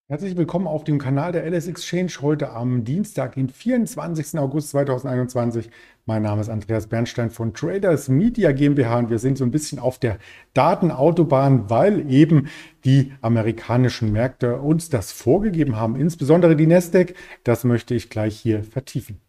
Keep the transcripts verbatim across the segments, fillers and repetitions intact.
Herzlich willkommen auf dem Kanal der L S Exchange heute am Dienstag, den vierundzwanzigsten August zweitausendeinundzwanzig. Mein Name ist Andreas Bernstein von Traders Media GmbH und wir sind so ein bisschen auf der Datenautobahn, weil eben die amerikanischen Märkte uns das vorgegeben haben, insbesondere die Nasdaq. Das möchte ich gleich hier vertiefen.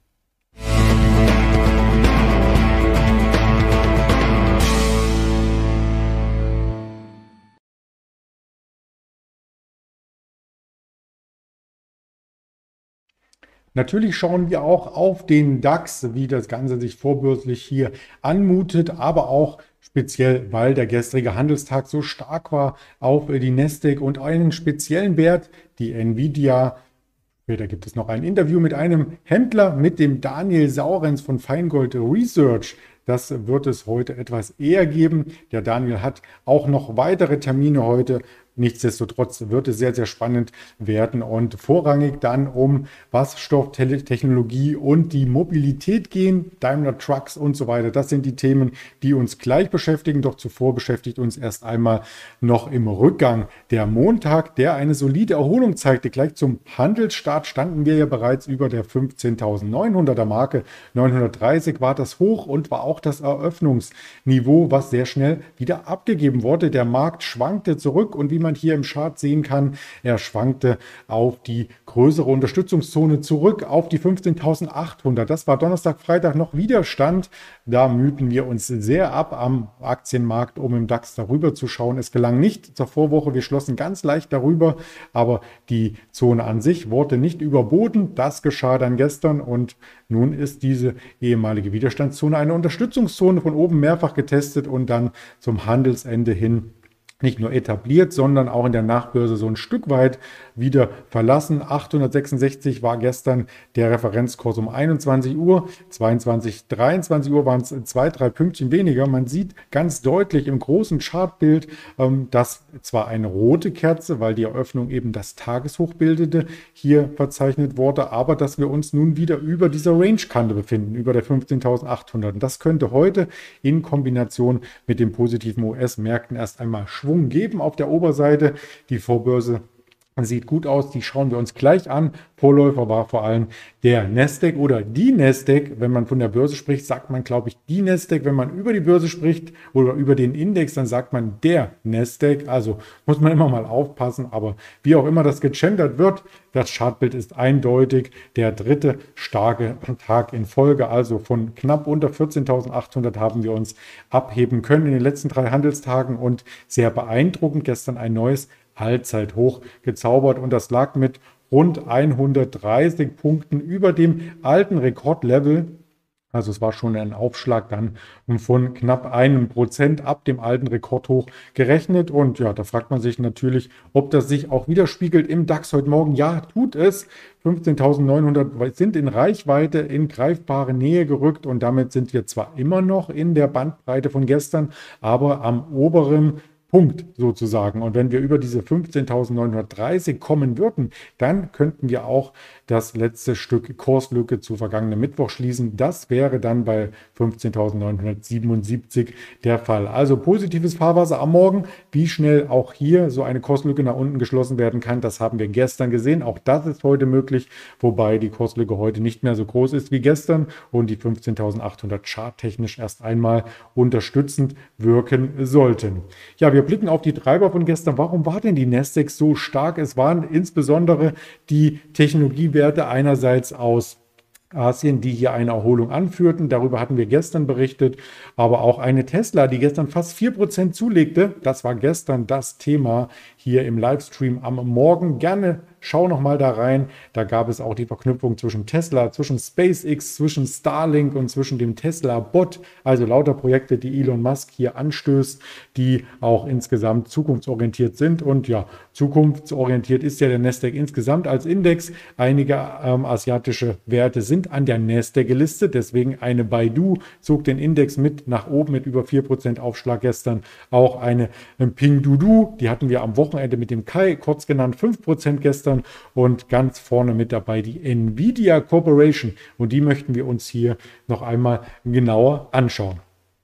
Natürlich schauen wir auch auf den DAX, wie das Ganze sich vorbörslich hier anmutet, aber auch speziell, weil der gestrige Handelstag so stark war, auf die Nasdaq und einen speziellen Wert, die Nvidia. Später gibt es noch ein Interview mit einem Händler, mit dem Daniel Saurens von Feingold Research. Das wird es heute etwas eher geben. Der Daniel hat auch noch weitere Termine heute. Nichtsdestotrotz wird es sehr, sehr spannend werden und vorrangig dann um Wasserstofftechnologie und die Mobilität gehen, Daimler Trucks und so weiter. Das sind die Themen, die uns gleich beschäftigen. Doch zuvor beschäftigt uns erst einmal noch im Rückgang der Montag, der eine solide Erholung zeigte. Gleich zum Handelsstart standen wir ja bereits über der fünfzehntausendneunhunderter Marke. neunhundertdreißig war das Hoch und war auch das Eröffnungsniveau, was sehr schnell wieder abgegeben wurde. Der Markt schwankte zurück und wie man hier im Chart sehen kann, er schwankte auf die größere Unterstützungszone zurück, auf die fünfzehntausendachthundert. Das war Donnerstag, Freitag noch Widerstand. Da mühten wir uns sehr ab am Aktienmarkt, um im DAX darüber zu schauen. Es gelang nicht zur Vorwoche. Wir schlossen ganz leicht darüber, aber die Zone an sich wurde nicht überboten. Das geschah dann gestern und nun ist diese ehemalige Widerstandszone eine Unterstützungszone von oben mehrfach getestet und dann zum Handelsende hin nicht nur etabliert, sondern auch in der Nachbörse so ein Stück weit wieder verlassen. achthundertsechsundsechzig war gestern der Referenzkurs um einundzwanzig Uhr. zweiundzwanzig, dreiundzwanzig Uhr waren es zwei, drei Pünktchen weniger. Man sieht ganz deutlich im großen Chartbild, dass zwar eine rote Kerze, weil die Eröffnung eben das Tageshoch bildete, hier verzeichnet wurde, aber dass wir uns nun wieder über dieser Range-Kante befinden, über der fünfzehntausendachthundert. Und das könnte heute in Kombination mit den positiven U S-Märkten erst einmal Schwung geben auf der Oberseite. Die Vorbörse sieht gut aus, die schauen wir uns gleich an. Vorläufer war vor allem der Nasdaq oder die Nasdaq. Wenn man von der Börse spricht, sagt man, glaube ich, die Nasdaq. Wenn man über die Börse spricht oder über den Index, dann sagt man der Nasdaq. Also muss man immer mal aufpassen. Aber wie auch immer das gegendert wird, das Chartbild ist eindeutig. Der dritte starke Tag in Folge, also von knapp unter vierzehntausendachthundert haben wir uns abheben können in den letzten drei Handelstagen und sehr beeindruckend gestern ein neues Allzeithoch gezaubert und das lag mit rund hundertdreißig Punkten über dem alten Rekordlevel. Also es war schon ein Aufschlag dann von knapp einem Prozent ab dem alten Rekordhoch gerechnet. Und ja, da fragt man sich natürlich, ob das sich auch widerspiegelt im DAX heute Morgen. Ja, tut es. fünfzehntausendneunhundert sind in Reichweite, in greifbare Nähe gerückt und damit sind wir zwar immer noch in der Bandbreite von gestern, aber am oberen Punkt sozusagen. Und wenn wir über diese fünfzehntausendneunhundertdreißig kommen würden, dann könnten wir auch das letzte Stück Kurslücke zu vergangenen Mittwoch schließen. Das wäre dann bei fünfzehntausendneunhundertsiebenundsiebzig der Fall. Also positives Fahrwasser am Morgen. Wie schnell auch hier so eine Kurslücke nach unten geschlossen werden kann, das haben wir gestern gesehen. Auch das ist heute möglich, wobei die Kurslücke heute nicht mehr so groß ist wie gestern und die fünfzehntausendachthundert charttechnisch erst einmal unterstützend wirken sollten. Ja, wir blicken auf die Treiber von gestern. Warum war denn die Nasdaq so stark? Es waren insbesondere die Technologiewerte einerseits aus Asien, die hier eine Erholung anführten. Darüber hatten wir gestern berichtet. Aber auch eine Tesla, die gestern fast vier Prozent zulegte. Das war gestern das Thema hier im Livestream am Morgen. Gerne schau noch mal da rein. Da gab es auch die Verknüpfung zwischen Tesla, zwischen SpaceX, zwischen Starlink und zwischen dem Tesla-Bot. Also lauter Projekte, die Elon Musk hier anstößt, die auch insgesamt zukunftsorientiert sind. Und ja, zukunftsorientiert ist ja der Nasdaq insgesamt als Index. Einige ähm, asiatische Werte sind an der Nasdaq gelistet. Deswegen eine Baidu zog den Index mit nach oben mit über vier Prozent Aufschlag gestern. Auch eine ähm, Pinduoduo, die hatten wir am Wochenende mit dem Kai kurz genannt, fünf Prozent gestern. Und ganz vorne mit dabei die Nvidia Corporation. Und die möchten wir uns hier noch einmal genauer anschauen.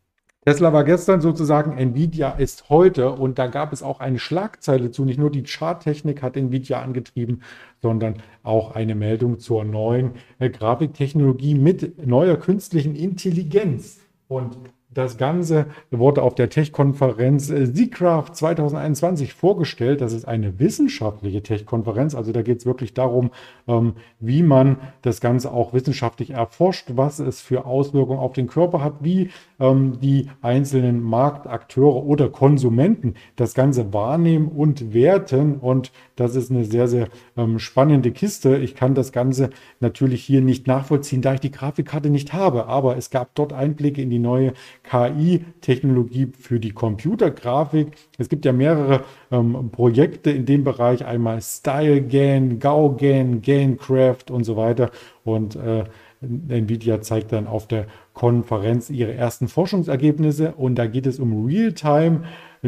Tesla war gestern sozusagen, Nvidia ist heute und da gab es auch eine Schlagzeile zu. Nicht nur die Charttechnik hat Nvidia angetrieben, sondern auch eine Meldung zur neuen äh, Grafiktechnologie mit neuer künstlichen Intelligenz. Und das Ganze wurde auf der Tech-Konferenz äh, Z-Craft zwanzig einundzwanzig vorgestellt. Das ist eine wissenschaftliche Tech-Konferenz. Also da geht es wirklich darum, ähm, wie man das Ganze auch wissenschaftlich erforscht, was es für Auswirkungen auf den Körper hat, wie ähm, die einzelnen Marktakteure oder Konsumenten das Ganze wahrnehmen und werten. Und das ist eine sehr, sehr ähm, spannende Kiste. Ich kann das Ganze natürlich hier nicht nachvollziehen, da ich die Grafikkarte nicht habe. Aber es gab dort Einblicke in die neue K I-Technologie für die Computergrafik. Es gibt ja mehrere ähm, Projekte in dem Bereich, einmal StyleGAN, GauGAN, GANcraft und so weiter. Und äh, Nvidia zeigt dann auf der Konferenz ihre ersten Forschungsergebnisse und da geht es um Real-Time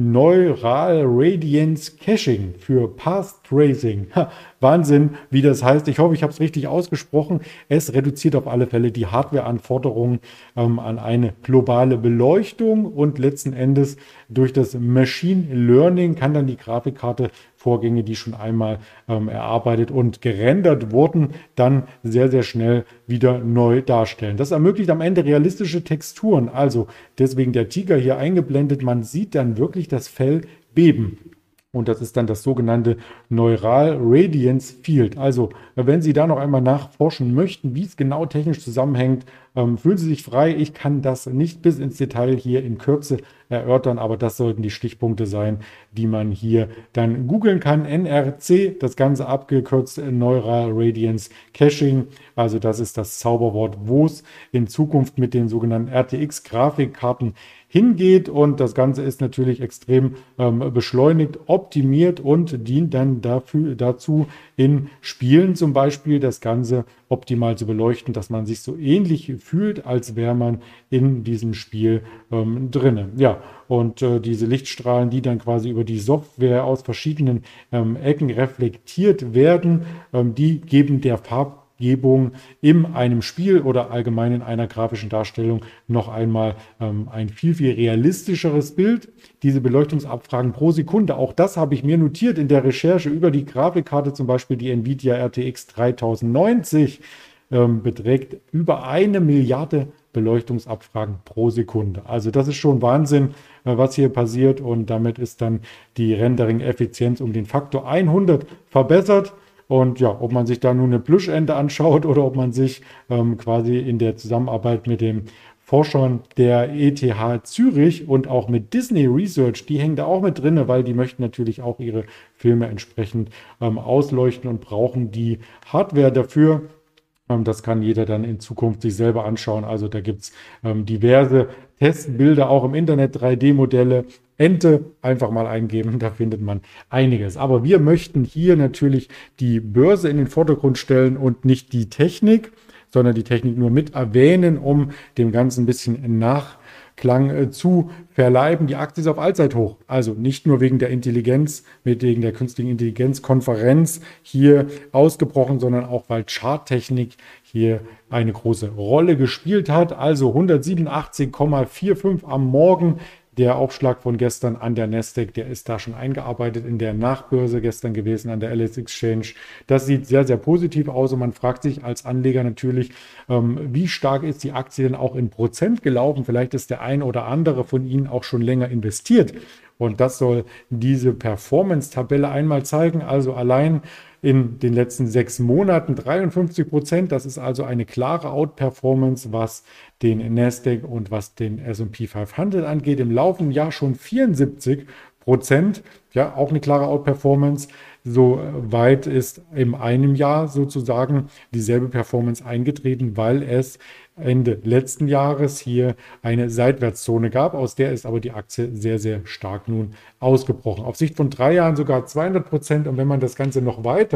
Neural Radiance Caching für Path Tracing. Ha, Wahnsinn, wie das heißt. Ich hoffe, ich habe es richtig ausgesprochen. Es reduziert auf alle Fälle die Hardwareanforderungen ähm, an eine globale Beleuchtung und letzten Endes durch das Machine Learning kann dann die Grafikkarte Vorgänge, die schon einmal ähm, erarbeitet und gerendert wurden, dann sehr, sehr schnell wieder neu darstellen. Das ermöglicht am Ende realistische Texturen. Also deswegen der Tiger hier eingeblendet. Man sieht dann wirklich das Fell beben. Und das ist dann das sogenannte Neural Radiance Field. Also, wenn Sie da noch einmal nachforschen möchten, wie es genau technisch zusammenhängt, ähm, fühlen Sie sich frei. Ich kann das nicht bis ins Detail hier in Kürze erörtern, aber das sollten die Stichpunkte sein, die man hier dann googeln kann. N R C, das Ganze abgekürzt Neural Radiance Caching. Also, das ist das Zauberwort, wo es in Zukunft mit den sogenannten R T X-Grafikkarten hingeht und das Ganze ist natürlich extrem ähm, beschleunigt, optimiert und dient dann dafür, dazu in Spielen zum Beispiel das Ganze optimal zu beleuchten, dass man sich so ähnlich fühlt, als wäre man in diesem Spiel ähm, drinnen. Ja, und äh, diese Lichtstrahlen, die dann quasi über die Software aus verschiedenen ähm, Ecken reflektiert werden, ähm, die geben der Farb Gebung in einem Spiel oder allgemein in einer grafischen Darstellung noch einmal ähm, ein viel, viel realistischeres Bild. Diese Beleuchtungsabfragen pro Sekunde, auch das habe ich mir notiert in der Recherche über die Grafikkarte, zum Beispiel die Nvidia R T X dreitausend neunzig, ähm, beträgt über eine Milliarde Beleuchtungsabfragen pro Sekunde. Also das ist schon Wahnsinn, äh, was hier passiert und damit ist dann die Rendering-Effizienz um den Faktor hundert verbessert. Und ja, ob man sich da nun eine Plüschente anschaut oder ob man sich ähm, quasi in der Zusammenarbeit mit den Forschern der E T H Zürich und auch mit Disney Research, die hängen da auch mit drin, weil die möchten natürlich auch ihre Filme entsprechend ähm, ausleuchten und brauchen die Hardware dafür. Ähm, das kann jeder dann in Zukunft sich selber anschauen. Also da gibt es ähm, diverse Testbilder, auch im Internet, drei D-Modelle. Ente einfach mal eingeben, da findet man einiges. Aber wir möchten hier natürlich die Börse in den Vordergrund stellen und nicht die Technik, sondern die Technik nur mit erwähnen, um dem Ganzen ein bisschen Nachklang äh, zu verleiben. Die Aktie ist auf Allzeithoch. Also nicht nur wegen der Intelligenz, mit wegen der künstlichen Intelligenz-Konferenz hier ausgebrochen, sondern auch, weil Charttechnik hier eine große Rolle gespielt hat. Also hundertsiebenundachtzig Komma fünfundvierzig am Morgen. Der Aufschlag von gestern an der Nasdaq, der ist da schon eingearbeitet in der Nachbörse gestern gewesen an der L S Exchange. Das sieht sehr, sehr positiv aus und man fragt sich als Anleger natürlich, ähm, wie stark ist die Aktie denn auch in Prozent gelaufen? Vielleicht ist der ein oder andere von Ihnen auch schon länger investiert. Und das soll diese Performance-Tabelle einmal zeigen. Also allein in den letzten sechs Monaten dreiundfünfzig Prozent. Das ist also eine klare Outperformance, was den Nasdaq und was den S und P fünfhundert angeht. Im laufenden Jahr schon vierundsiebzig Prozent. Ja, auch eine klare Outperformance. So weit ist in einem Jahr sozusagen dieselbe Performance eingetreten, weil es Ende letzten Jahres hier eine Seitwärtszone gab. Aus der ist aber die Aktie sehr, sehr stark nun ausgebrochen. Auf Sicht von drei Jahren sogar zweihundert Prozent. Und wenn man das Ganze noch weiter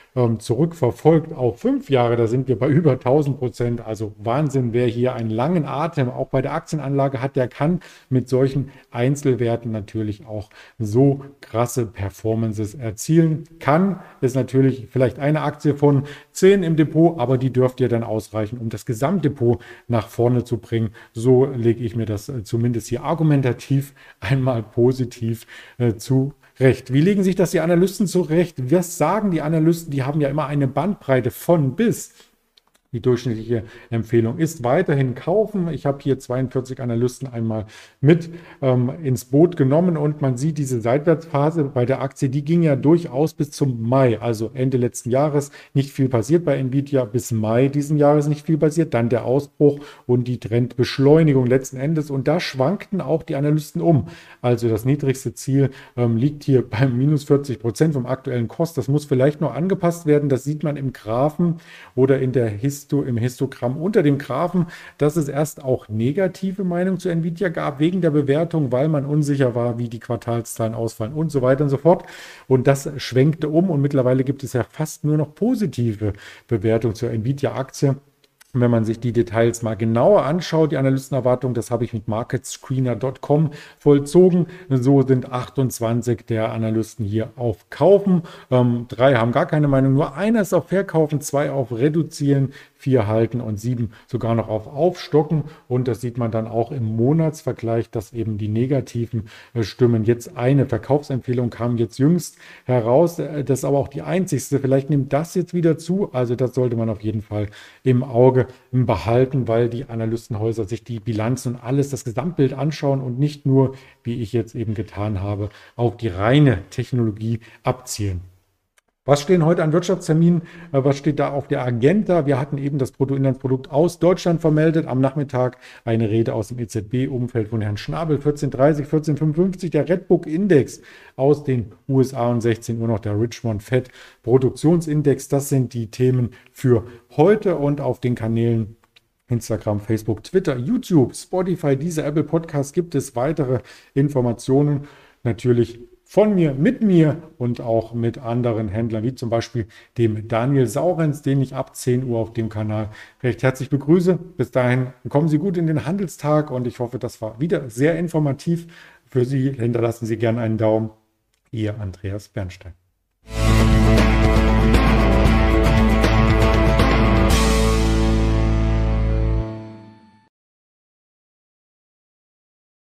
ähm, zurückverfolgt auf fünf Jahre, da sind wir bei über tausend Prozent. Also Wahnsinn, wer hier einen langen Atem auch bei der Aktienanlage hat, der kann mit solchen Einzelwerten natürlich auch so krasse Performances erzielen. Kann ist natürlich vielleicht eine Aktie von zehn im Depot, aber die dürfte ja dann ausreichen, um das Gesamtdepot nach vorne zu bringen. So lege ich mir das äh, zumindest hier argumentativ einmal positiv äh, zu Recht. Wie legen sich das die Analysten zurecht? Was sagen die Analysten? Die haben ja immer eine Bandbreite von bis. Die durchschnittliche Empfehlung ist weiterhin kaufen. Ich habe hier zweiundvierzig Analysten einmal mit ähm, ins Boot genommen und man sieht diese Seitwärtsphase bei der Aktie, die ging ja durchaus bis zum Mai, also Ende letzten Jahres. Nicht viel passiert bei Nvidia, bis Mai diesen Jahres nicht viel passiert. Dann der Ausbruch und die Trendbeschleunigung letzten Endes und da schwankten auch die Analysten um. Also das niedrigste Ziel ähm, liegt hier beim minus vierzig Prozent vom aktuellen Kost. Das muss vielleicht noch angepasst werden. Das sieht man im Graphen oder in der Historie. Im Histogramm unter dem Graphen, dass es erst auch negative Meinung zu Nvidia gab, wegen der Bewertung, weil man unsicher war, wie die Quartalszahlen ausfallen und so weiter und so fort. Und das schwenkte um und mittlerweile gibt es ja fast nur noch positive Bewertungen zur Nvidia-Aktie. Und wenn man sich die Details mal genauer anschaut, die Analystenerwartung, das habe ich mit market screener punkt com vollzogen. So sind achtundzwanzig der Analysten hier auf Kaufen. Ähm, drei haben gar keine Meinung, nur einer ist auf Verkaufen, zwei auf Reduzieren, vier halten und sieben sogar noch auf Aufstocken. Und das sieht man dann auch im Monatsvergleich, dass eben die negativen äh, Stimmen. Jetzt eine Verkaufsempfehlung kam jetzt jüngst heraus. Äh, das ist aber auch die einzigste. Vielleicht nimmt das jetzt wieder zu. Also das sollte man auf jeden Fall im Auge behalten, weil die Analystenhäuser sich die Bilanzen und alles, das Gesamtbild anschauen und nicht nur, wie ich jetzt eben getan habe, auf die reine Technologie abzielen. Was stehen heute an Wirtschaftsterminen? Was steht da auf der Agenda? Wir hatten eben das Bruttoinlandsprodukt aus Deutschland vermeldet. Am Nachmittag eine Rede aus dem E Z B-Umfeld von Herrn Schnabel. vierzehn Uhr dreißig, vierzehn Uhr fünfundfünfzig der Redbook-Index aus den U S A und sechzehn Uhr noch der Richmond Fed Produktionsindex. Das sind die Themen für heute und auf den Kanälen Instagram, Facebook, Twitter, YouTube, Spotify, diese Apple Podcasts gibt es weitere Informationen. Natürlich von mir, mit mir und auch mit anderen Händlern, wie zum Beispiel dem Daniel Saurenz, den ich ab zehn Uhr auf dem Kanal recht herzlich begrüße. Bis dahin kommen Sie gut in den Handelstag und ich hoffe, das war wieder sehr informativ für Sie. Hinterlassen Sie gerne einen Daumen. Ihr Andreas Bernstein.